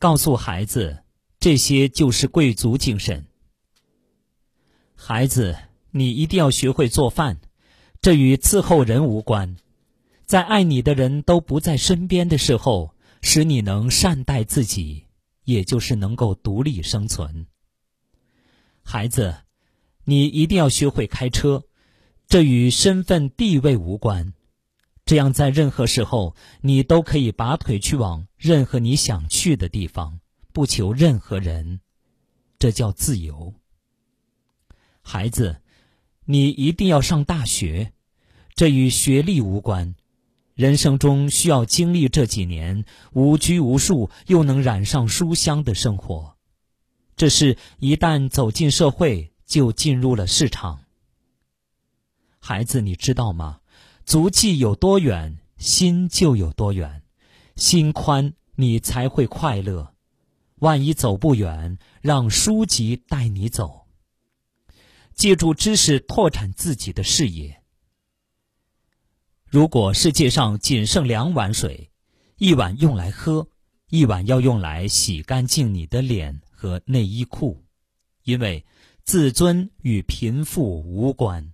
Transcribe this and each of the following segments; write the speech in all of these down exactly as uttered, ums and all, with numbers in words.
告诉孩子，这些就是贵族精神。孩子，你一定要学会做饭，这与伺候人无关。在爱你的人都不在身边的时候，使你能善待自己，也就是能够独立生存。孩子，你一定要学会开车，这与身份地位无关。这样在任何时候，你都可以拔腿去往任何你想去的地方，不求任何人，这叫自由。孩子，你一定要上大学，这与学历无关。人生中需要经历这几年无拘无束又能染上书香的生活，这是一旦走进社会就进入了市场。孩子，你知道吗？足迹有多远，心就有多远。心宽，你才会快乐。万一走不远，让书籍带你走。借助知识拓展自己的视野。如果世界上仅剩两碗水，一碗用来喝，一碗要用来洗干净你的脸和内衣裤，因为自尊与贫富无关。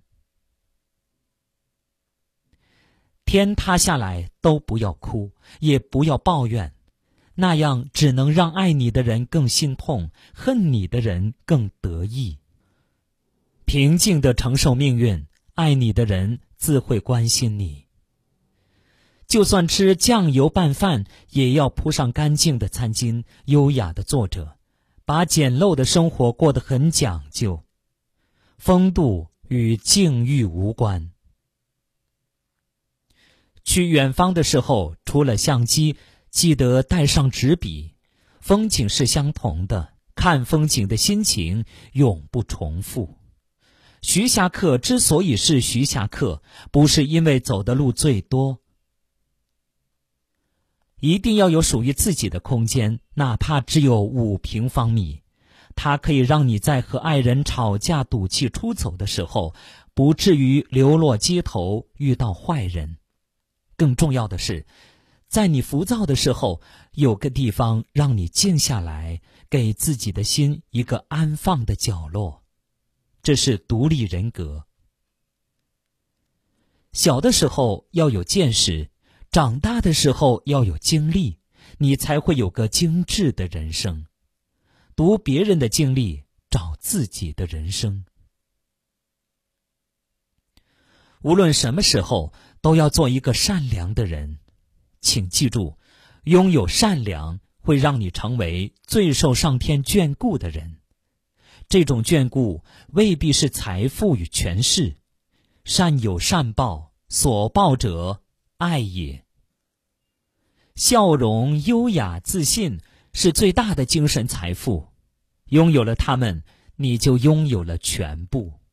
天塌下来都不要哭，也不要抱怨，那样只能让爱你的人更心痛，恨你的人更得意。平静地承受命运，爱你的人自会关心你。就算吃酱油拌饭，也要铺上干净的餐巾，优雅地坐着，把简陋的生活过得很讲究。风度与境遇无关。去远方的时候，除了相机，记得带上纸笔。风景是相同的，看风景的心情永不重复。徐霞客之所以是徐霞客，不是因为走的路最多。一定要有属于自己的空间，哪怕只有五平方米。它可以让你在和爱人吵架赌气出走的时候，不至于流落街头遇到坏人。更重要的是，在你浮躁的时候，有个地方让你静下来，给自己的心一个安放的角落。这是独立人格。小的时候要有见识，长大的时候要有经历，你才会有个精致的人生。读别人的经历，找自己的人生。无论什么时候，都要做一个善良的人。请记住，拥有善良会让你成为最受上天眷顾的人。这种眷顾未必是财富与权势，善有善报，所报者爱也。笑容、优雅、自信是最大的精神财富，拥有了它们，你就拥有了全部。